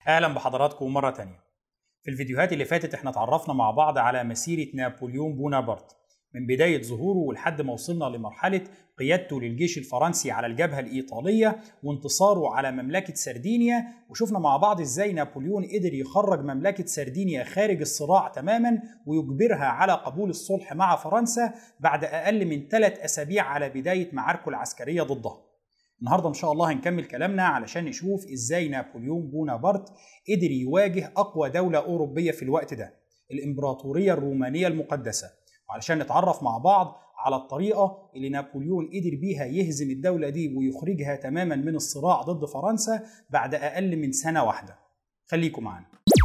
أهلا بحضراتكم مرة تانية. في الفيديوهات اللي فاتت احنا اتعرفنا مع بعض على مسيرة نابليون بونابرت من بداية ظهوره ولحد ما وصلنا لمرحلة قيادته للجيش الفرنسي على الجبهة الإيطالية وانتصاره على مملكة سردينيا، وشفنا مع بعض ازاي نابليون قدر يخرج مملكة سردينيا خارج الصراع تماما ويجبرها على قبول الصلح مع فرنسا بعد أقل من 3 أسابيع على بداية معاركه العسكرية ضدها. النهارده ان شاء الله هنكمل كلامنا علشان نشوف ازاي نابليون بونابرت قدر يواجه اقوى دولة اوروبية في الوقت ده، الامبراطورية الرومانية المقدسة، وعلشان نتعرف مع بعض على الطريقة اللي نابليون قدر بيها يهزم الدولة دي ويخرجها تماما من الصراع ضد فرنسا بعد اقل من سنة واحدة. خليكم معانا.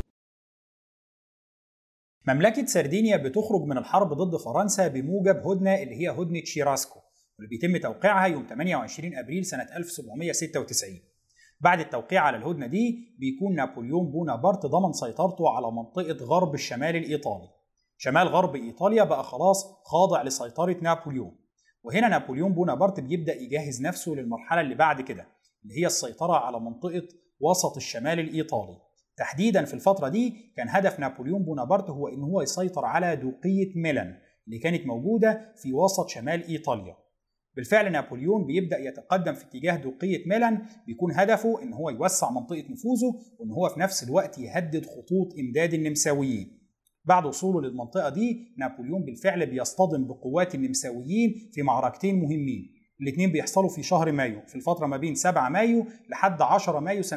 مملكة سردينيا بتخرج من الحرب ضد فرنسا بموجب هدنة اللي هي هدنة شيراسكو، واللي بيتم توقيعها يوم 28 أبريل سنة 1796. بعد التوقيع على الهدنة دي بيكون نابليون بونابرت ضمن سيطرته على منطقة غرب الشمال الإيطالي. شمال غرب إيطاليا بقى خلاص خاضع لسيطرة نابليون، وهنا نابليون بونابرت بيبدأ يجهز نفسه للمرحلة اللي بعد كده اللي هي السيطرة على منطقة وسط الشمال الإيطالي. تحديدا في الفترة دي كان هدف نابليون بونابرت هو إن هو يسيطر على دوقية ميلان اللي كانت موجودة في وسط شمال إيطاليا. بالفعل نابليون بيبدأ يتقدم في اتجاه دوقية ميلان، بيكون هدفه إن هو يوسع منطقة نفوذه وإن هو في نفس الوقت يهدد خطوط إمداد النمساويين. بعد وصوله للمنطقة دي نابليون بالفعل بيصطدم بقوات النمساويين في معركتين مهمين، الاثنين بيحصلوا في شهر مايو في الفترة ما بين 7 مايو لحد 10 مايو سنة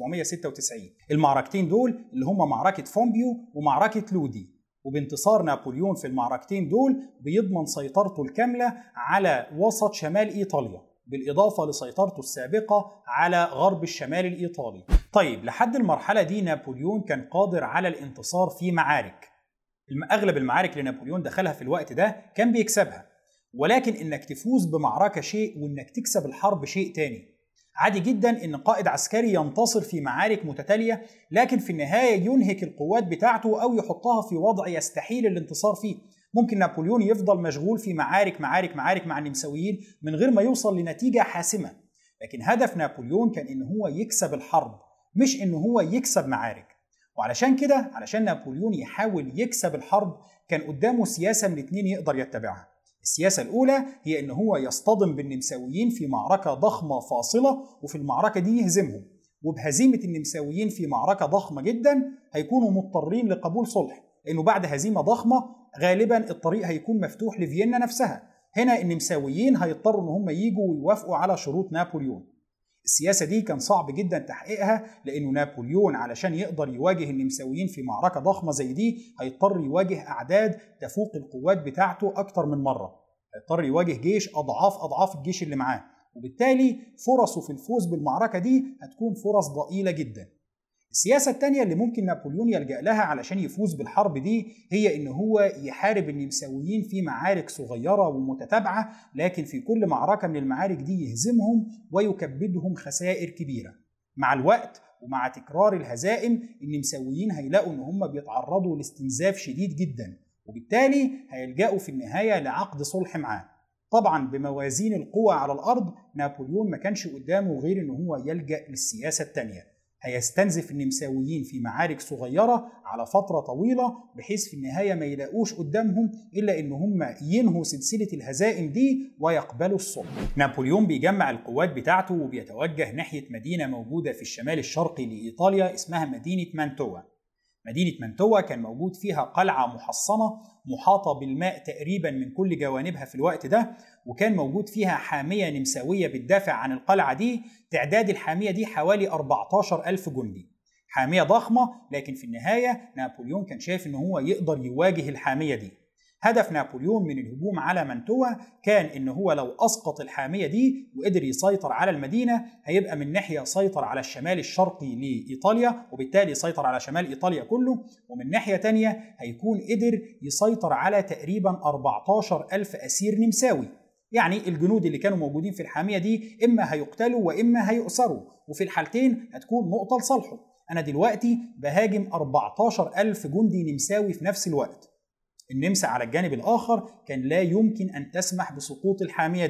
1796. المعركتين دول اللي هم معركة فومبيو ومعركة لودي، وبانتصار نابليون في المعركتين دول بيضمن سيطرته الكاملة على وسط شمال إيطاليا بالإضافة لسيطرته السابقة على غرب الشمال الإيطالي. طيب لحد المرحلة دي نابليون كان قادر على الانتصار في معارك. أغلب المعارك اللي نابليون دخلها في الوقت ده كان بيكسبها، ولكن إنك تفوز بمعركة شيء وإنك تكسب الحرب شيء تاني. عادي جدا إن قائد عسكري ينتصر في معارك متتالية لكن في النهاية ينهك القوات بتاعته أو يحطها في وضع يستحيل الانتصار فيه. ممكن نابليون يفضل مشغول في معارك مع النمساويين من غير ما يوصل لنتيجة حاسمة، لكن هدف نابليون كان إن هو يكسب الحرب مش إن هو يكسب معارك. وعلشان كده علشان نابليون يحاول يكسب الحرب كان قدامه سياسة من 2 يقدر يتبعها. السياسة الأولى هي إن هو يصطدم بالنمساويين في معركة ضخمة فاصلة وفي المعركة دي يهزمهم، وبهزيمة النمساويين في معركة ضخمة جدا هيكونوا مضطرين لقبول صلح، لأنه بعد هزيمة ضخمة غالبا الطريق هيكون مفتوح لفيينا نفسها. هنا النمساويين هيضطروا إن هم يجوا ويوافقوا على شروط نابليون. السياسة دي كان صعب جدا تحقيقها لأنه نابليون علشان يقدر يواجه النمساويين في معركة ضخمة زي دي هيضطر يواجه أعداد تفوق القوات بتاعته أكتر من مرة، هيضطر يواجه جيش أضعاف الجيش اللي معاه، وبالتالي فرصه في الفوز بالمعركة دي هتكون فرص ضئيلة جدا. السياسة الثانية اللي ممكن نابليون يلجأ لها علشان يفوز بالحرب دي هي إن هو يحارب النمساويين في معارك صغيرة ومتتابعة، لكن في كل معركة من المعارك دي يهزمهم ويكبدهم خسائر كبيرة. مع الوقت ومع تكرار الهزائم النمساويين هيلاقوا إن هم بيتعرضوا لاستنزاف شديد جدا، وبالتالي هيلجأوا في النهاية لعقد صلح معاه. طبعا بموازين القوى على الأرض نابليون ما كانش قدامه غير إن هو يلجأ للسياسة الثانية، هيستنزف النمساويين في معارك صغيرة على فترة طويلة بحيث في النهاية ما يلاقوش قدامهم إلا إن هم ينهوا سلسلة الهزائم دي ويقبلوا الصلح. نابليون بيجمع القوات بتاعته وبيتوجه ناحية مدينة موجودة في الشمال الشرقي لإيطاليا اسمها مدينة مانتوا. مدينة مانتوا كان موجود فيها قلعة محصنة محاطة بالماء تقريبا من كل جوانبها في الوقت ده، وكان موجود فيها حامية نمساوية بتدافع عن القلعة دي. تعداد الحامية دي حوالي 14,000 جندي، حامية ضخمة، لكن في النهاية نابليون كان شايف إن هو يقدر يواجه الحامية دي. هدف نابليون من الهجوم على مانتوا كان إن هو لو أسقط الحامية دي وقدر يسيطر على المدينة هيبقى من ناحية سيطر على الشمال الشرقي لإيطاليا وبالتالي سيطر على شمال إيطاليا كله، ومن ناحية تانية هيكون قدر يسيطر على تقريبا 14,000 أسير نمساوي. يعني الجنود اللي كانوا موجودين في الحامية دي إما هيقتلوا وإما هيؤسروا، وفي الحالتين هتكون نقطة لصالحه. أنا دلوقتي بهاجم 14,000 جندي نمساوي في نفس الوقت. النمسا على الجانب الآخر كان لا يمكن أن تسمح بسقوط الحامية دي،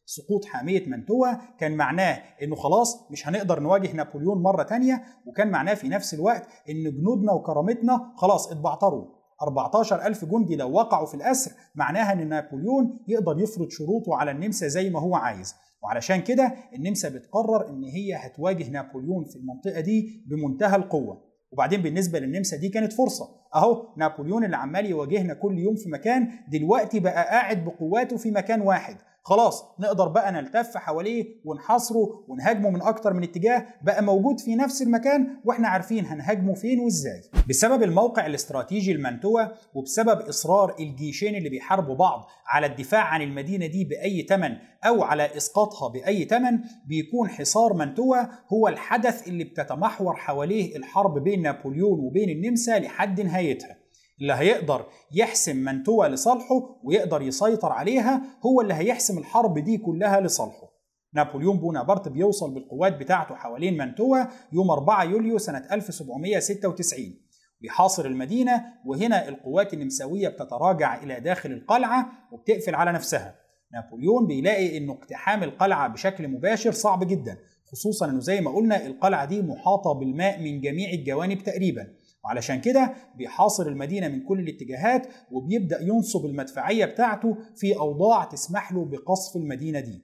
سقوط حامية منتوى كان معناه انه خلاص مش هنقدر نواجه نابليون مرة تانية، وكان معناه في نفس الوقت ان جنودنا وكرامتنا خلاص اتبعتروا. 14,000 جندي لو وقعوا في الأسر معناها ان نابليون يقدر يفرض شروطه على النمسا زي ما هو عايز. وعلشان كده النمسا بتقرر ان هي هتواجه نابليون في المنطقة دي بمنتهى القوة. وبعدين بالنسبة للنمسا دي كانت فرصة، اهو نابليون اللي عمال يواجهنا كل يوم في مكان دلوقتي بقى قاعد بقواته في مكان واحد، خلاص نقدر بقى نلتف حواليه ونحاصره ونهاجمه من اكتر من اتجاه، بقى موجود في نفس المكان واحنا عارفين هنهاجمه فين وازاي. بسبب الموقع الاستراتيجي لمنتوى وبسبب اصرار الجيشين اللي بيحاربوا بعض على الدفاع عن المدينة دي بأي ثمن او على اسقاطها بأي ثمن، بيكون حصار منتوى هو الحدث اللي بتتمحور حواليه الحرب بين نابليون وبين النمسا لحد نهايتها. اللي هيقدر يحسم منتوى لصالحه ويقدر يسيطر عليها هو اللي هيحسم الحرب دي كلها لصالحه. نابليون بونابرت بيوصل بالقوات بتاعته حوالين منتوى يوم 4 يوليو سنة 1796، بيحاصر المدينة، وهنا القوات النمساوية بتتراجع إلى داخل القلعة وبتقفل على نفسها. نابليون بيلاقي إنه اقتحام القلعة بشكل مباشر صعب جدا، خصوصا إنه زي ما قلنا القلعة دي محاطة بالماء من جميع الجوانب تقريبا، وعلشان كده بيحاصر المدينة من كل الاتجاهات وبيبدأ ينصب المدفعية بتاعته في أوضاع تسمح له بقصف المدينة دي.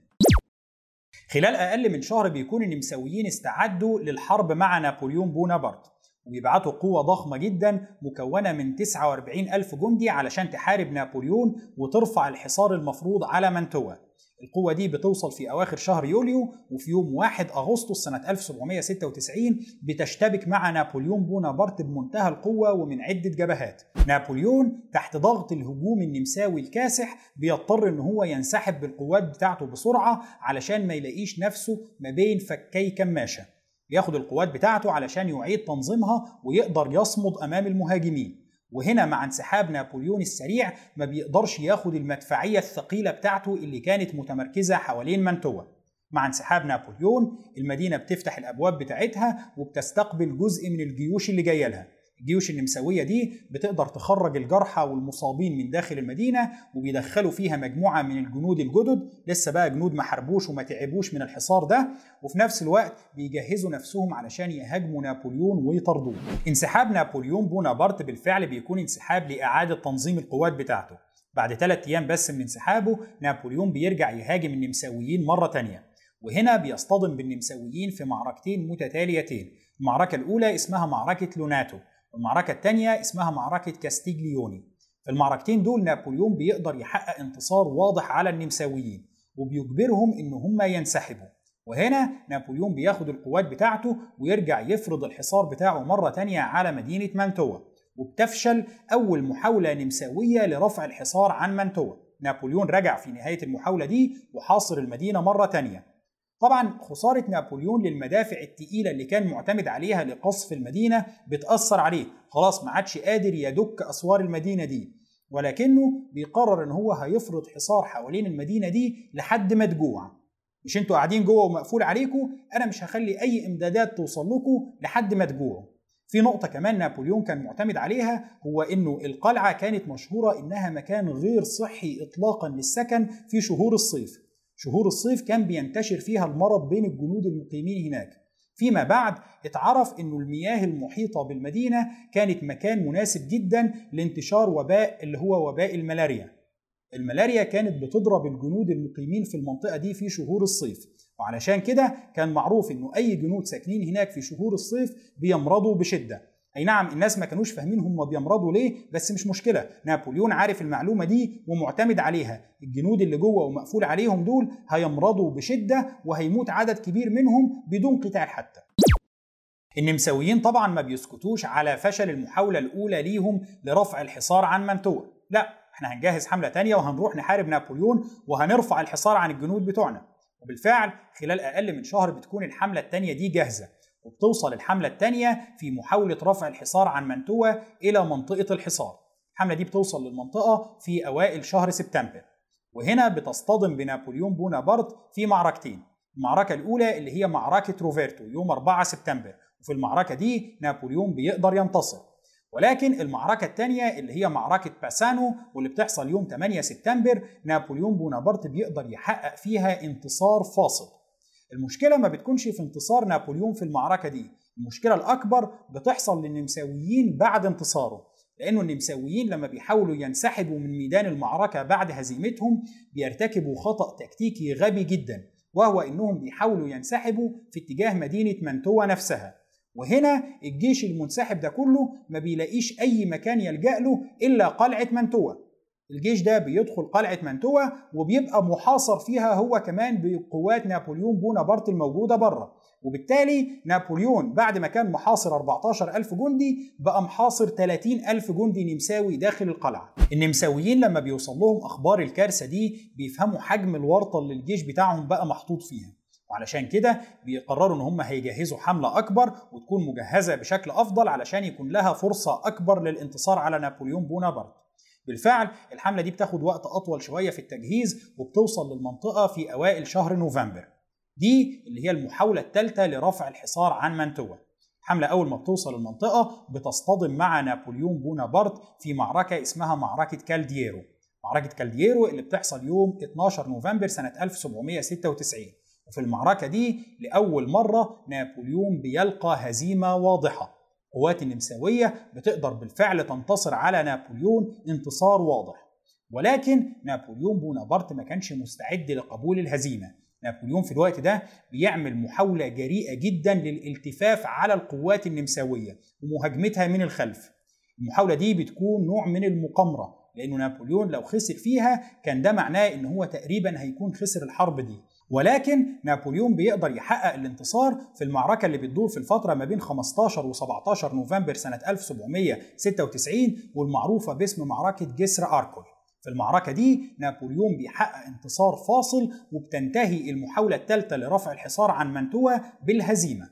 خلال أقل من شهر بيكون النمساويين استعدوا للحرب مع نابليون بونابرت، وبيبعتوا قوة ضخمة جدا مكونة من 49,000 جندي علشان تحارب نابليون وترفع الحصار المفروض على منتوى. القوة دي بتوصل في أواخر شهر يوليو، وفي يوم 1 أغسطس سنة 1796 بتشتبك مع نابليون بونابرت بمنتهى القوة ومن عدة جبهات. نابليون تحت ضغط الهجوم النمساوي الكاسح بيضطر إن هو ينسحب بالقوات بتاعته بسرعة علشان ما يلاقيش نفسه ما بين فكي كماشة. بياخد القوات بتاعته علشان يعيد تنظيمها ويقدر يصمد أمام المهاجمين. وهنا مع انسحاب نابليون السريع ما بيقدرش ياخد المدفعية الثقيلة بتاعته اللي كانت متمركزة حوالين منتوى. مع انسحاب نابليون المدينة بتفتح الأبواب بتاعتها وبتستقبل جزء من الجيوش اللي جاية لها. الجيوش النمساوية دي بتقدر تخرج الجرحى والمصابين من داخل المدينة، وبيدخلوا فيها مجموعة من الجنود الجدد لسه بقى جنود ما حاربوش وما تعبوش من الحصار ده، وفي نفس الوقت بيجهزوا نفسهم علشان يهاجموا نابليون ويطردوه. انسحاب نابليون بونابرت بالفعل بيكون انسحاب لإعادة تنظيم القوات بتاعته. بعد 3 أيام بس من انسحابه نابليون بيرجع يهاجم النمساويين مرة تانية، وهنا بيصطدم بالنمساويين في معركتين متتاليتين. المعركة الأولى اسمها معركة لوناتو، والمعركة الثانية اسمها معركة كاستيجليوني. في المعركتين دول نابليون بيقدر يحقق انتصار واضح على النمساويين وبيجبرهم ان هم ينسحبوا. وهنا نابليون بياخد القوات بتاعته ويرجع يفرض الحصار بتاعه مرة تانية على مدينة منتوى، وبتفشل أول محاولة نمساوية لرفع الحصار عن منتوى. نابليون رجع في نهاية المحاولة دي وحاصر المدينة مرة تانية. طبعا خسارة نابليون للمدافع التقيلة اللي كان معتمد عليها لقصف المدينة بتأثر عليه، خلاص ما عادش قادر يدك أسوار المدينة دي، ولكنه بيقرر ان هو هيفرض حصار حوالين المدينة دي لحد ما تجوع. مش انتوا قاعدين جوه ومقفول عليكم، انا مش هخلي اي امدادات توصل لكم لحد ما تجوعوا. في نقطة كمان نابليون كان معتمد عليها، هو انه القلعة كانت مشهورة انها مكان غير صحي اطلاقا للسكن في شهور الصيف. شهور الصيف كان بينتشر فيها المرض بين الجنود المقيمين هناك. فيما بعد اتعرف انه المياه المحيطة بالمدينة كانت مكان مناسب جدا لانتشار وباء اللي هو وباء الملاريا. الملاريا كانت بتضرب الجنود المقيمين في المنطقة دي في شهور الصيف، وعلشان كده كان معروف انه اي جنود ساكنين هناك في شهور الصيف بيمرضوا بشدة. اي نعم الناس ما كانوش فاهمين هم بيمرضوا ليه، بس مش مشكلة، نابليون عارف المعلومة دي ومعتمد عليها. الجنود اللي جوه ومقفول عليهم دول هيمرضوا بشدة وهيموت عدد كبير منهم بدون قتال حتى. النمساويين طبعا ما بيسكتوش على فشل المحاولة الأولى ليهم لرفع الحصار عن منتوى، لا احنا هنجهز حملة تانية وهنروح نحارب نابليون وهنرفع الحصار عن الجنود بتوعنا. وبالفعل خلال أقل من شهر بتكون الحملة التانية دي جاهزة، وبتوصل الحملة الثانية في محاولة رفع الحصار عن منتوى إلى منطقة الحصار. الحملة دي بتوصل للمنطقة في أوائل شهر سبتمبر، وهنا بتصطدم بنابليون بونابرت في معركتين. المعركة الأولى اللي هي معركة روفيرتو يوم 4 سبتمبر، وفي المعركة دي نابليون بيقدر ينتصر. ولكن المعركة الثانية اللي هي معركة باسانو واللي بتحصل يوم 8 سبتمبر نابليون بونابرت بيقدر يحقق فيها انتصار فاصل. المشكلة ما بتكونش في انتصار نابليون في المعركة دي، المشكلة الأكبر بتحصل للنمساويين بعد انتصاره، لأنه النمساويين لما بيحاولوا ينسحبوا من ميدان المعركة بعد هزيمتهم بيرتكبوا خطأ تكتيكي غبي جدا، وهو إنهم بيحاولوا ينسحبوا في اتجاه مدينة مانتوا نفسها. وهنا الجيش المنسحب ده كله ما بيلاقيش أي مكان يلجأ له إلا قلعة مانتوا. الجيش ده بيدخل قلعة مانتوا وبيبقى محاصر فيها هو كمان بقوات نابليون بونابرت الموجودة بره، وبالتالي نابليون بعد ما كان محاصر 14,000 جندي بقى محاصر 30,000 جندي نمساوي داخل القلعة. النمساويين لما بيوصل لهم أخبار الكارثة دي بيفهموا حجم الورطة اللي الجيش بتاعهم بقى محطوط فيها، وعلشان كده بيقرروا ان هم هيجهزوا حملة اكبر وتكون مجهزة بشكل افضل علشان يكون لها فرصة اكبر للانتصار على نابليون بونابرت. بالفعل الحملة دي بتاخد وقت اطول شوية في التجهيز وبتوصل للمنطقة في اوائل شهر نوفمبر. دي اللي هي المحاولة الثالثة لرفع الحصار عن مانتوا. الحملة أول ما بتوصل المنطقة بتصطدم مع نابليون بونابرت في معركة اسمها معركة كالدييرو. معركة كالدييرو اللي بتحصل يوم 12 نوفمبر سنة 1796. وفي المعركة دي لأول مرة نابليون بيلقى هزيمة واضحة. قوات النمساوية بتقدر بالفعل تنتصر على نابليون انتصار واضح، ولكن نابليون بونابرت ما كانش مستعد لقبول الهزيمة. نابليون في الوقت ده بيعمل محاولة جريئة جدا للالتفاف على القوات النمساوية ومهاجمتها من الخلف. المحاولة دي بتكون نوع من المقامرة، لأنه نابليون لو خسر فيها كان ده معناه إن هو تقريبا هيكون خسر الحرب دي. ولكن نابليون بيقدر يحقق الانتصار في المعركة اللي بتدور في الفترة ما بين 15 و17 نوفمبر سنة 1796 والمعروفة باسم معركة جسر أركول. في المعركة دي نابليون بيحقق انتصار فاصل وبتنتهي المحاولة الثالثة لرفع الحصار عن مانتوا بالهزيمة.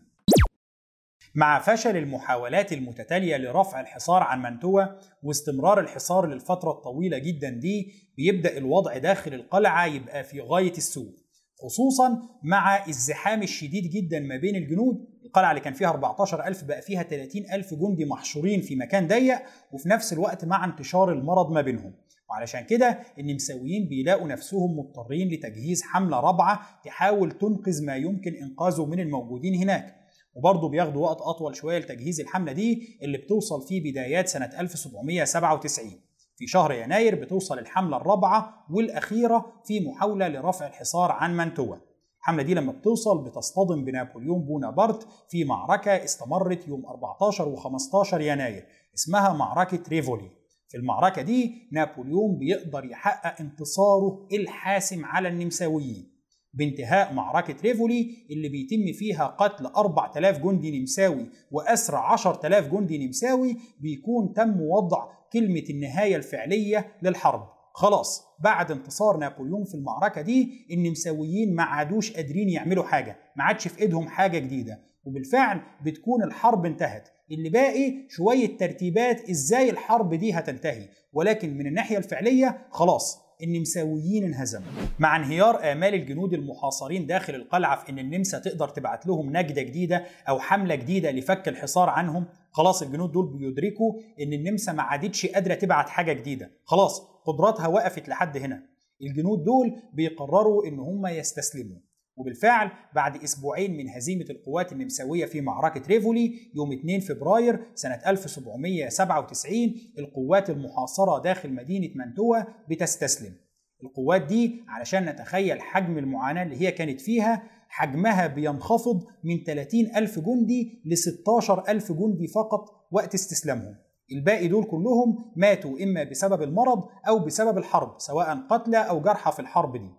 مع فشل المحاولات المتتالية لرفع الحصار عن مانتوا واستمرار الحصار للفترة الطويلة جدا دي بيبدأ الوضع داخل القلعة يبقى في غاية السوء، خصوصا مع الزحام الشديد جدا ما بين الجنود. القلعة اللي كان فيها 14,000 بقى فيها 30,000 جندي محشورين في مكان ضيق، وفي نفس الوقت مع انتشار المرض ما بينهم. وعلشان كده النمساويين بيلاقوا نفسهم مضطرين لتجهيز حملة رابعة تحاول تنقذ ما يمكن إنقاذه من الموجودين هناك، وبرضه بياخدوا وقت أطول شوية لتجهيز الحملة دي اللي بتوصل في بدايات سنة 1797. في شهر يناير بتوصل الحملة الرابعة والأخيرة في محاولة لرفع الحصار عن مانتوا. الحملة دي لما بتوصل بتصطدم بنابليون بونابرت في معركة استمرت يوم 14 و15 يناير اسمها معركة ريفولي. في المعركة دي نابليون بيقدر يحقق انتصاره الحاسم على النمساويين بانتهاء معركة ريفولي اللي بيتم فيها قتل 4,000 جندي نمساوي وأسر 10,000 جندي نمساوي. بيكون تم وضع كلمة النهاية الفعلية للحرب. خلاص بعد انتصار نابليون في المعركة دي النمساويين ما عادوش قادرين يعملوا حاجة، ما عادش في ايدهم حاجة جديدة، وبالفعل بتكون الحرب انتهت. اللي باقي شوية ترتيبات ازاي الحرب دي هتنتهي، ولكن من الناحية الفعلية خلاص النمساويين انهزموا. مع انهيار آمال الجنود المحاصرين داخل القلعة في ان النمسا تقدر تبعت لهم نجدة جديدة او حملة جديدة لفك الحصار عنهم، خلاص الجنود دول بيدركوا ان النمسا ما عادتش قادرة تبعت حاجة جديدة، خلاص قدراتها وقفت لحد هنا. الجنود دول بيقرروا ان هم يستسلموا، وبالفعل بعد أسبوعين من هزيمة القوات النمساوية في معركة ريفولي يوم 2 فبراير سنة 1797 القوات المحاصرة داخل مدينة مانتوا بتستسلم. القوات دي علشان نتخيل حجم المعاناة اللي هي كانت فيها، حجمها بينخفض من 30,000 جندي ل 16,000 جندي فقط وقت استسلامهم. الباقي دول كلهم ماتوا إما بسبب المرض أو بسبب الحرب، سواء قتلى أو جرحى في الحرب دي.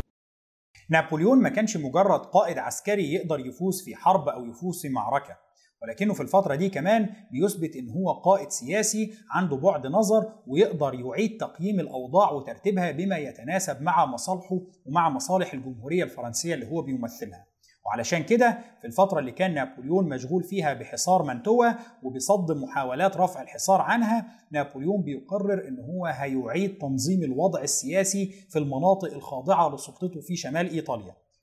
نابليون ما كانش مجرد قائد عسكري يقدر يفوز في حرب أو يفوز في معركة، ولكنه في الفترة دي كمان بيثبت إن هو قائد سياسي عنده بعد نظر ويقدر يعيد تقييم الأوضاع وترتيبها بما يتناسب مع مصالحه ومع مصالح الجمهورية الفرنسية اللي هو بيمثلها. وعلشان كده في الفترة اللي كان نابليون مشغول فيها بحصار مانتوا وبصد محاولات رفع الحصار عنها، نابليون بيقرر إن هو هيعيد تنظيم الوضع السياسي في المناطق الخاضعة لسلطته في شمال إيطاليا.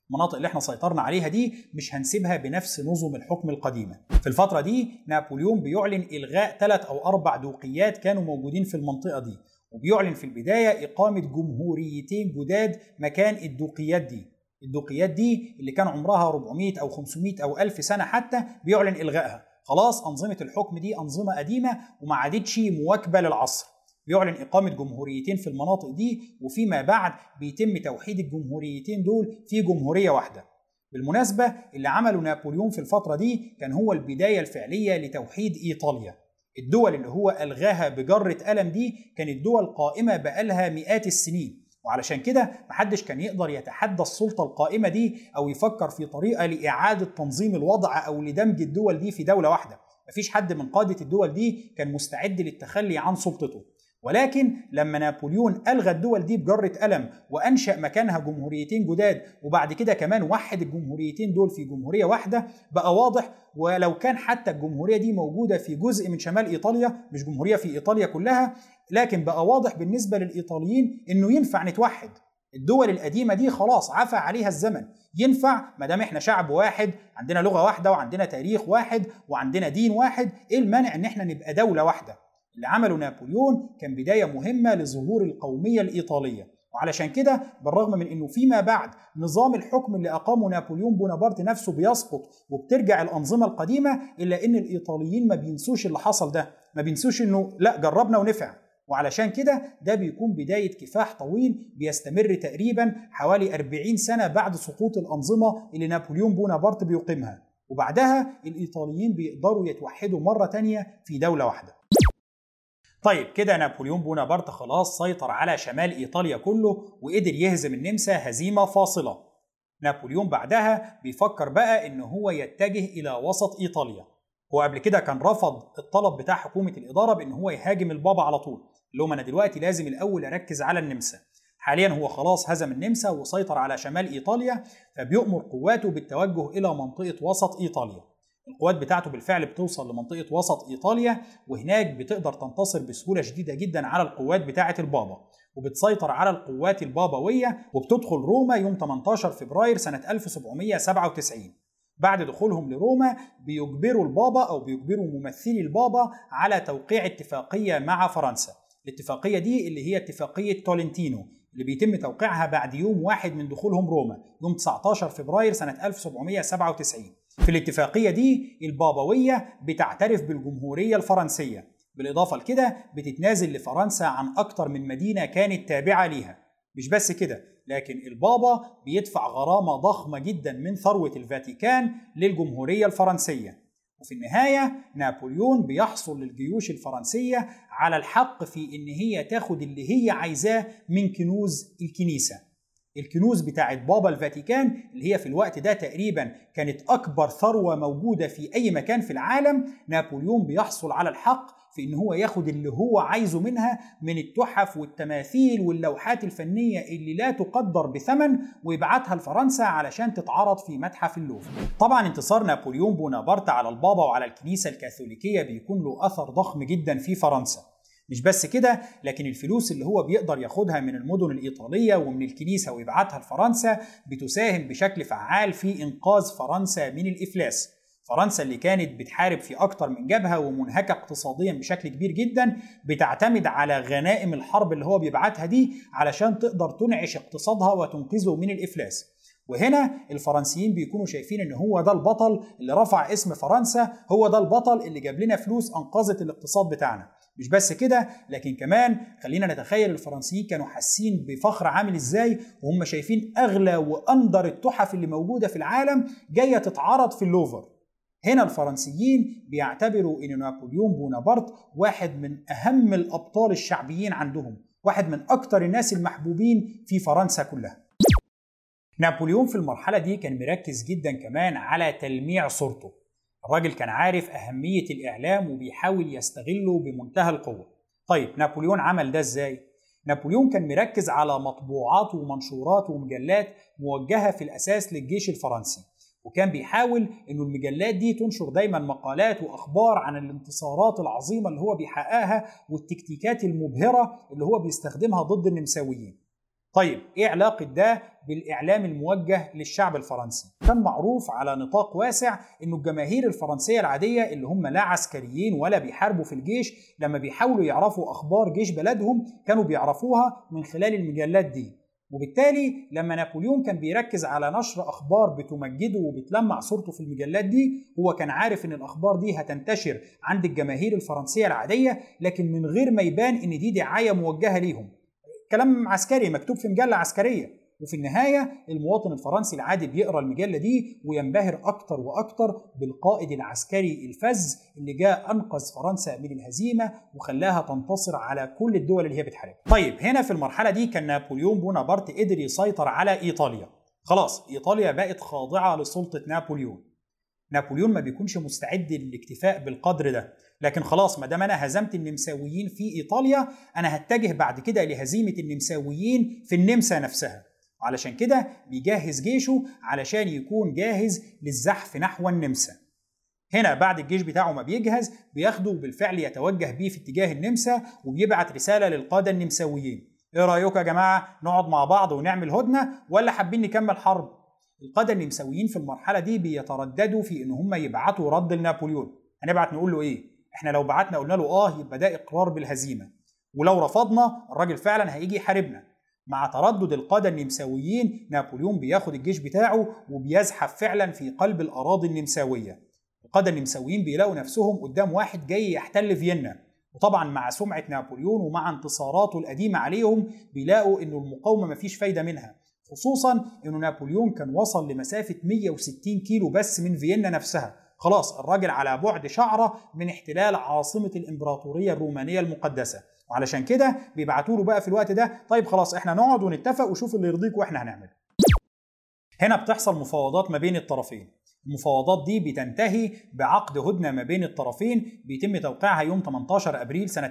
المناطق اللي احنا سيطرنا عليها دي مش هنسيبها بنفس نظم الحكم القديمة. في الفترة دي نابليون بيعلن إلغاء 3 أو 4 دوقيات كانوا موجودين في المنطقة دي، وبيعلن في البداية إقامة جمهوريتين جداد مكان الدوقيات دي. الدوقيات دي اللي كان عمرها 400 أو 500 أو 1000 سنة حتى بيعلن إلغائها. خلاص أنظمة الحكم دي أنظمة قديمة وما عادتش مواكبة للعصر. بيعلن إقامة جمهوريتين في المناطق دي، وفيما بعد بيتم توحيد الجمهوريتين دول في جمهورية واحدة. بالمناسبة اللي عمله نابليون في الفترة دي كان هو البداية الفعلية لتوحيد إيطاليا. الدول اللي هو ألغاها بجرة قلم دي كانت دول قائمة بقالها مئات السنين، وعلشان كده محدش كان يقدر يتحدى السلطة القائمة دي أو يفكر في طريقة لإعادة تنظيم الوضع أو لدمج الدول دي في دولة واحدة. مفيش حد من قادة الدول دي كان مستعد للتخلي عن سلطته. ولكن لما نابليون ألغى الدول دي بجرة قلم وأنشأ مكانها جمهوريتين جداد، وبعد كده كمان وحد الجمهوريتين دول في جمهورية واحدة، بقى واضح ولو كان حتى الجمهورية دي موجودة في جزء من شمال إيطاليا، مش جمهورية في إيطاليا كلها، لكن بقى واضح بالنسبة للإيطاليين إنه ينفع نتوحد. الدول القديمة دي خلاص عفى عليها الزمن، ينفع ما دام احنا شعب واحد، عندنا لغة واحدة وعندنا تاريخ واحد وعندنا دين واحد، ايه المانع ان احنا نبقى دولة واحدة؟ اللي عمله نابليون كان بداية مهمة لظهور القومية الإيطالية. وعلشان كده بالرغم من انه فيما بعد نظام الحكم اللي اقامه نابليون بونابرت نفسه بيسقط وبترجع الانظمه القديمه، الا ان الايطاليين ما بينسوش اللي حصل ده، ما بينسوش انه لا جربنا ونفع. وعلشان كده ده بيكون بدايه كفاح طويل بيستمر تقريبا حوالي 40 سنه بعد سقوط الانظمه اللي نابليون بونابرت بيقيمها، وبعدها الايطاليين بيقدروا يتوحدوا مره تانية في دوله واحده. طيب كده نابليون بونابرت خلاص سيطر على شمال إيطاليا كله وقدر يهزم النمسا هزيمة فاصلة. نابليون بعدها بيفكر بقى إن هو يتجه إلى وسط إيطاليا. هو قبل كده كان رفض الطلب بتاع حكومة الإدارة بإن هو يهاجم البابا على طول، اللي هم أنا دلوقتي لازم الأول أركز على النمسا. حاليا هو خلاص هزم النمسا وسيطر على شمال إيطاليا، فبيؤمر قواته بالتوجه إلى منطقة وسط إيطاليا. القوات بتاعته بالفعل بتوصل لمنطقة وسط إيطاليا، وهناك بتقدر تنتصر بسهولة شديدة جدا على القوات بتاعة البابا، وبتسيطر على القوات البابوية، وبتدخل روما يوم 18 فبراير سنة 1797. بعد دخولهم لروما بيجبروا البابا أو بيجبروا ممثلي البابا على توقيع اتفاقية مع فرنسا. الاتفاقية دي اللي هي اتفاقية تولنتينو، اللي بيتم توقيعها بعد يوم واحد من دخولهم روما يوم 19 فبراير سنة 1797. في الاتفاقية دي البابوية بتعترف بالجمهورية الفرنسية، بالإضافة لكده بتتنازل لفرنسا عن أكتر من مدينة كانت تابعة ليها. مش بس كده، لكن البابا بيدفع غرامة ضخمة جدا من ثروة الفاتيكان للجمهورية الفرنسية. وفي النهاية نابليون بيحصل للجيوش الفرنسية على الحق في إن هي تاخد اللي هي عايزاه من كنوز الكنيسة. الكنوز بتاعت بابا الفاتيكان اللي هي في الوقت ده تقريبا كانت أكبر ثروة موجودة في أي مكان في العالم، نابليون بيحصل على الحق في إن هو ياخد اللي هو عايزه منها من التحف والتماثيل واللوحات الفنية اللي لا تقدر بثمن، ويبعتها لفرنسا علشان تتعرض في متحف اللوفر. طبعا انتصار نابليون بونابرت على البابا وعلى الكنيسة الكاثوليكية بيكون له أثر ضخم جدا في فرنسا. مش بس كده، لكن الفلوس اللي هو بيقدر ياخدها من المدن الإيطالية ومن الكنيسة ويبعتها لفرنسا بتساهم بشكل فعال في إنقاذ فرنسا من الإفلاس. فرنسا اللي كانت بتحارب في أكتر من جبهة ومنهكة اقتصاديا بشكل كبير جدا بتعتمد على غنائم الحرب اللي هو بيبعتها دي علشان تقدر تنعش اقتصادها وتنقذه من الإفلاس. وهنا الفرنسيين بيكونوا شايفين ان هو ده البطل اللي رفع اسم فرنسا، هو ده البطل اللي جاب لنا فلوس انقذت الاقتصاد بتاعنا. مش بس كده، لكن كمان خلينا نتخيل الفرنسيين كانوا حاسين بفخر عامل ازاي وهم شايفين اغلى واندر التحف اللي موجودة في العالم جاية تتعرض في اللوفر. هنا الفرنسيين بيعتبروا ان نابليون بونابرت واحد من اهم الابطال الشعبيين عندهم، واحد من اكتر الناس المحبوبين في فرنسا كلها. نابليون في المرحلة دي كان مركز جدا كمان على تلميع صورته. الراجل كان عارف أهمية الإعلام وبيحاول يستغله بمنتهى القوة. طيب نابليون عمل ده إزاي؟ نابليون كان مركز على مطبوعات ومنشورات ومجلات موجهة في الأساس للجيش الفرنسي، وكان بيحاول إنه المجلات دي تنشر دايما مقالات وأخبار عن الانتصارات العظيمة اللي هو بيحققها والتكتيكات المبهرة اللي هو بيستخدمها ضد النمساويين. طيب ايه علاقة ده بالإعلام الموجه للشعب الفرنسي؟ كان معروف على نطاق واسع إنه الجماهير الفرنسية العادية اللي هم لا عسكريين ولا بيحاربوا في الجيش، لما بيحاولوا يعرفوا أخبار جيش بلدهم كانوا بيعرفوها من خلال المجلات دي. وبالتالي لما نابليون كان بيركز على نشر أخبار بتمجده وبتلمع صورته في المجلات دي، هو كان عارف إن الأخبار دي هتنتشر عند الجماهير الفرنسية العادية، لكن من غير ما يبان إن دي دعاية موجهة ليهم. كلام عسكري مكتوب في مجلة عسكرية، وفي النهاية المواطن الفرنسي العادي بيقرأ المجلة دي وينبهر أكتر وأكتر بالقائد العسكري الفذ اللي جاء أنقذ فرنسا من الهزيمة وخلاها تنتصر على كل الدول اللي هي بتحاربها. طيب هنا في المرحلة دي كان نابليون بونابرت قدر يسيطر على إيطاليا. خلاص إيطاليا بقت خاضعة لسلطة نابليون. نابليون ما بيكونش مستعد للاكتفاء بالقدر ده، لكن خلاص ما دام انا هزمت النمساويين في ايطاليا، انا هتجه بعد كده لهزيمه النمساويين في النمسا نفسها. وعلشان كده بيجهز جيشه علشان يكون جاهز للزحف نحو النمسا. هنا بعد الجيش بتاعه ما بيجهز بياخده وبالفعل يتوجه بيه في اتجاه النمسا، وبيبعت رساله للقاده النمساويين: ايه رايكم يا جماعه نقعد مع بعض ونعمل هدنه ولا حابين نكمل حرب؟ القاده النمساويين في المرحله دي بيترددوا في ان هم يبعتوا رد لنابليون. هنبعت نقول له ايه؟ احنا لو بعتنا قلنا له يبقى ده اقرار بالهزيمه، ولو رفضنا الراجل فعلا هيجي يحاربنا. مع تردد القاده النمساويين نابليون بياخد الجيش بتاعه وبيزحف فعلا في قلب الاراضي النمساويه. القاده النمساويين بيلاقوا نفسهم قدام واحد جاي يحتل فيينا، وطبعا مع سمعه نابليون ومع انتصاراته القديمه عليهم بيلاقوا انه المقاومه مفيش فايده منها، خصوصا انه نابليون كان وصل لمسافه 160 كيلو بس من فيينا نفسها. خلاص الراجل على بعد شعره من احتلال عاصمه الامبراطوريه الرومانيه المقدسه، وعلشان كده بيبعتوا له بقى في الوقت ده: طيب خلاص احنا نقعد ونتفق وشوف اللي يرضيك واحنا هنعمله. هنا بتحصل مفاوضات ما بين الطرفين. المفاوضات دي بتنتهي بعقد هدنه ما بين الطرفين بيتم توقيعها يوم 18 ابريل سنه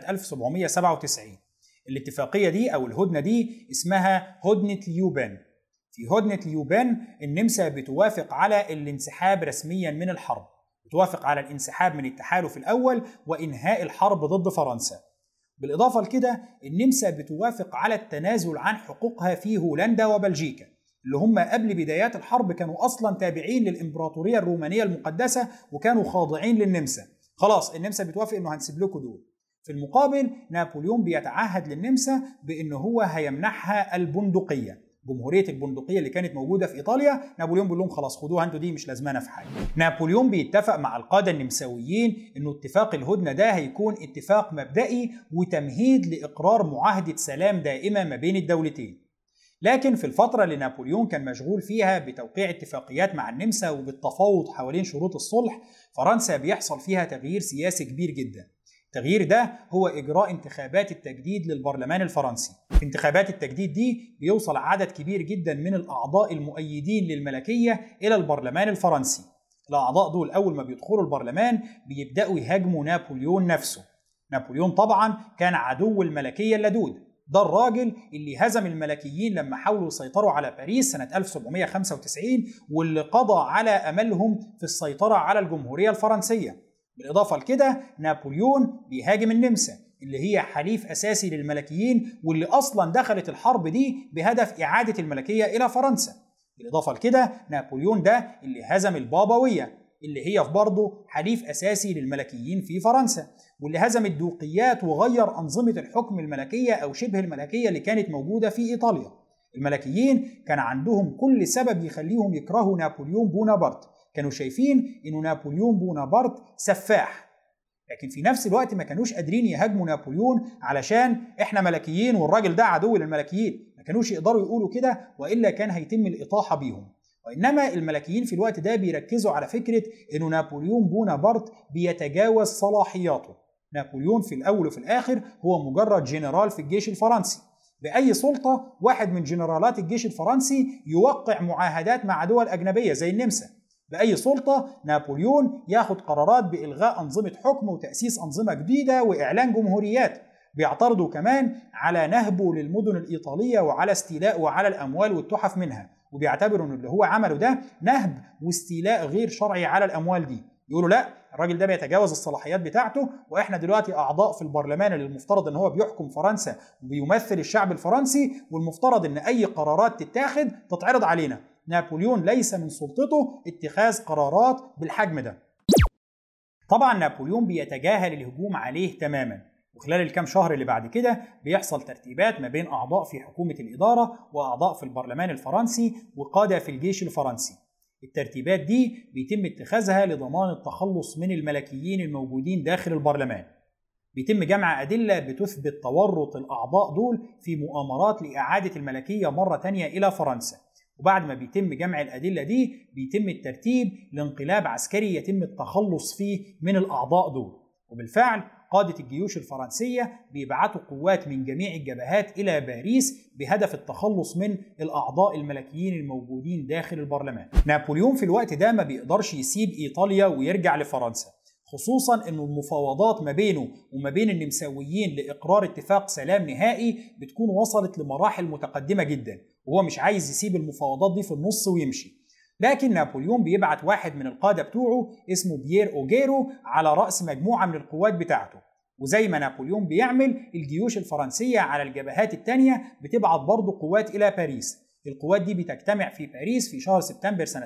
1797. الاتفاقيه دي او الهدنه دي اسمها هدنه ليوبان. في هدنه ليوبان النمسا بتوافق على الانسحاب رسميا من الحرب، بتوافق على الانسحاب من التحالف الاول وانهاء الحرب ضد فرنسا. بالاضافه لكده النمسا بتوافق على التنازل عن حقوقها في هولندا وبلجيكا، اللي هم قبل بدايات الحرب كانوا اصلا تابعين للامبراطوريه الرومانيه المقدسه وكانوا خاضعين للنمسا. خلاص النمسا بتوافق انه هنسيب لكم دول. في المقابل نابليون بيتعهد للنمسا بانه هو هيمنحها البندقيه، جمهوريه البندقيه اللي كانت موجوده في ايطاليا. نابليون بيقول لهم خلاص خدوها انتوا، دي مش لازمانه في حاجه. نابليون بيتفق مع القاده النمساويين انه اتفاق الهدنه ده هيكون اتفاق مبدئي وتمهيد لاقرار معاهده سلام دائمه ما بين الدولتين. لكن في الفترة اللي نابليون كان مشغول فيها بتوقيع اتفاقيات مع النمسا وبالتفاوض حوالين شروط الصلح، فرنسا بيحصل فيها تغيير سياسي كبير جدا. التغيير ده هو إجراء انتخابات التجديد للبرلمان الفرنسي. في انتخابات التجديد دي بيوصل عدد كبير جدا من الأعضاء المؤيدين للملكية إلى البرلمان الفرنسي. الأعضاء دول أول ما بيدخلوا البرلمان بيبدأوا يهاجموا نابليون نفسه. نابليون طبعا كان عدو الملكية اللدود، ده الراجل اللي هزم الملكيين لما حاولوا يسيطروا على باريس سنة 1795 واللي قضى على أملهم في السيطرة على الجمهورية الفرنسية. بالإضافة لكده نابليون بيهاجم النمسا اللي هي حليف أساسي للملكيين واللي أصلا دخلت الحرب دي بهدف إعادة الملكية إلى فرنسا. بالإضافة لكده نابليون ده اللي هزم البابوية اللي هي برضه حليف أساسي للملكيين في فرنسا، واللي هزم الدوقيات وغير أنظمة الحكم الملكية أو شبه الملكية اللي كانت موجودة في إيطاليا. الملكيين كان عندهم كل سبب يخليهم يكرهوا نابليون بونابرت، كانوا شايفين إنه نابليون بونابرت سفاح، لكن في نفس الوقت ما كانوش قادرين يهاجموا نابليون علشان إحنا ملكيين والراجل ده عدو للملكيين، ما كانوش يقدروا يقولوا كده وإلا كان هيتم الإطاحة بيهم. وإنما الملكيين في الوقت ده بيركزوا على فكرة إنه نابليون بونابرت بيتجاوز صلاحياته. نابليون في الأول وفي الآخر هو مجرد جنرال في الجيش الفرنسي، بأي سلطة واحد من جنرالات الجيش الفرنسي يوقع معاهدات مع دول أجنبية زي النمسا. بأي سلطة نابليون ياخد قرارات بإلغاء أنظمة حكم وتأسيس أنظمة جديدة وإعلان جمهوريات. بيعترضوا كمان على نهبه للمدن الإيطالية وعلى استيلاء وعلى الأموال والتحف منها، وبيعتبروا ان اللي هو عمله ده نهب واستيلاء غير شرعي على الاموال دي. يقولوا لا، الراجل ده بيتجاوز الصلاحيات بتاعته، واحنا دلوقتي اعضاء في البرلمان اللي المفترض ان هو بيحكم فرنسا وبيمثل الشعب الفرنسي، والمفترض ان اي قرارات تتاخد تتعرض علينا. نابليون ليس من سلطته اتخاذ قرارات بالحجم ده. طبعا نابليون بيتجاهل الهجوم عليه تماما، وخلال الكام شهر اللي بعد كده بيحصل ترتيبات ما بين أعضاء في حكومة الإدارة وأعضاء في البرلمان الفرنسي وقادة في الجيش الفرنسي. الترتيبات دي بيتم اتخاذها لضمان التخلص من الملكيين الموجودين داخل البرلمان. بيتم جمع أدلة بتثبت تورط الأعضاء دول في مؤامرات لإعادة الملكية مرة تانية إلى فرنسا، وبعد ما بيتم جمع الأدلة دي بيتم الترتيب لانقلاب عسكري يتم التخلص فيه من الأعضاء دول. وبالفعل قادة الجيوش الفرنسية بيبعتوا قوات من جميع الجبهات إلى باريس بهدف التخلص من الأعضاء الملكيين الموجودين داخل البرلمان. نابليون في الوقت ده ما بيقدرش يسيب إيطاليا ويرجع لفرنسا، خصوصا أن المفاوضات ما بينه وما بين النمساويين لإقرار اتفاق سلام نهائي بتكون وصلت لمراحل متقدمة جدا، وهو مش عايز يسيب المفاوضات دي في النص ويمشي. لكن نابليون بيبعت واحد من القادة بتوعه اسمه بيير أوجيرو على رأس مجموعة من القوات بتاعته، وزي ما نابليون بيعمل الجيوش الفرنسية على الجبهات التانية بتبعت برضه قوات إلى باريس. القوات دي بتجتمع في باريس في شهر سبتمبر سنة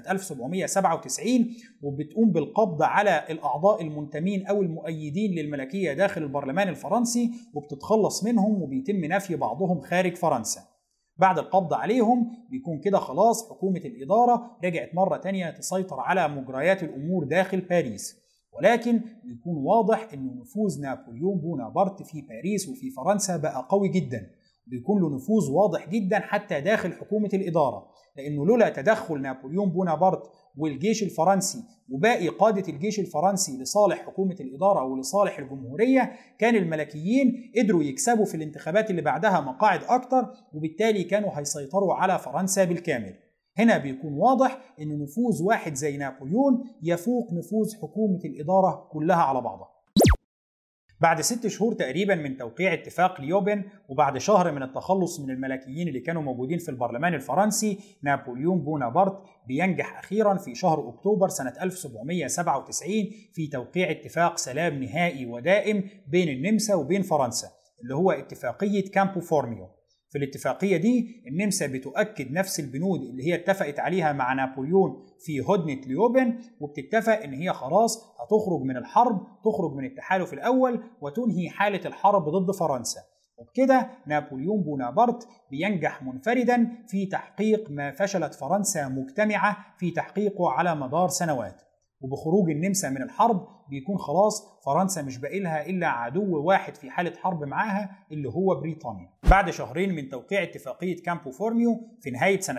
1797 وبتقوم بالقبض على الأعضاء المنتمين أو المؤيدين للملكية داخل البرلمان الفرنسي، وبتتخلص منهم وبيتم نفي بعضهم خارج فرنسا. بعد القبض عليهم بيكون كده خلاص حكومة الإدارة رجعت مرة تانية تسيطر على مجريات الأمور داخل باريس، ولكن بيكون واضح أن نفوذ نابليون بونابرت في باريس وفي فرنسا بقى قوي جدا، بيكون له نفوذ واضح جدا حتى داخل حكومة الإدارة، لأنه لولا تدخل نابليون بونابرت والجيش الفرنسي وباقي قادة الجيش الفرنسي لصالح حكومة الإدارة ولصالح الجمهورية كان الملكيين قدروا يكسبوا في الانتخابات اللي بعدها مقاعد أكتر، وبالتالي كانوا هيسيطروا على فرنسا بالكامل. هنا بيكون واضح أن نفوذ واحد زي نابليون يفوق نفوذ حكومة الإدارة كلها على بعضها. بعد 6 شهور تقريبا من توقيع اتفاق ليوبن، وبعد شهر من التخلص من الملكيين اللي كانوا موجودين في البرلمان الفرنسي، نابليون بونابرت بينجح أخيرا في شهر أكتوبر سنة 1797 في توقيع اتفاق سلام نهائي ودائم بين النمسا وبين فرنسا، اللي هو اتفاقية كامبو فورميو. في الاتفاقية دي النمسا بتؤكد نفس البنود اللي هي اتفقت عليها مع نابليون في هدنة ليوبن، وبتتفق ان هي خلاص هتخرج من الحرب، تخرج من التحالف الأول وتنهي حالة الحرب ضد فرنسا. وبكده نابليون بونابرت بينجح منفردا في تحقيق ما فشلت فرنسا مجتمعة في تحقيقه على مدار سنوات. وبخروج النمسا من الحرب بيكون خلاص فرنسا مش باقي لها إلا عدو واحد في حالة حرب معاها اللي هو بريطانيا. بعد شهرين من توقيع اتفاقية كامبو فورميو في نهاية سنة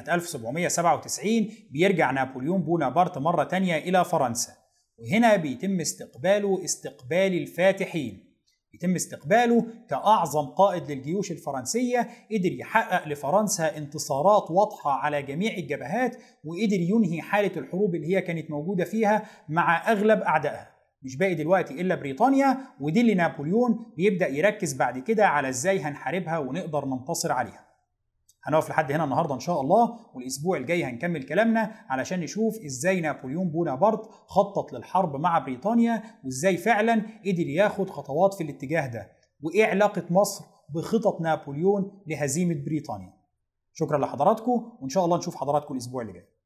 1797 بيرجع نابليون بونابرت مرة تانية إلى فرنسا، وهنا بيتم استقباله استقبال الفاتحين. يتم استقباله كأعظم قائد للجيوش الفرنسية قدر يحقق لفرنسا انتصارات واضحة على جميع الجبهات، وقدر ينهي حالة الحروب اللي هي كانت موجودة فيها مع أغلب أعدائها. مش باقي دلوقتي إلا بريطانيا، ودي اللي نابليون بيبدأ يركز بعد كده على إزاي هنحاربها ونقدر ننتصر عليها. هنقف لحد هنا النهارده ان شاء الله، والاسبوع الجاي هنكمل كلامنا علشان نشوف ازاي نابليون بونابرت خطط للحرب مع بريطانيا، وازاي فعلا قدر ياخد خطوات في الاتجاه ده، وايه علاقة مصر بخطط نابليون لهزيمة بريطانيا. شكرا لحضراتكم، وان شاء الله نشوف حضراتكم الاسبوع اللي جاي.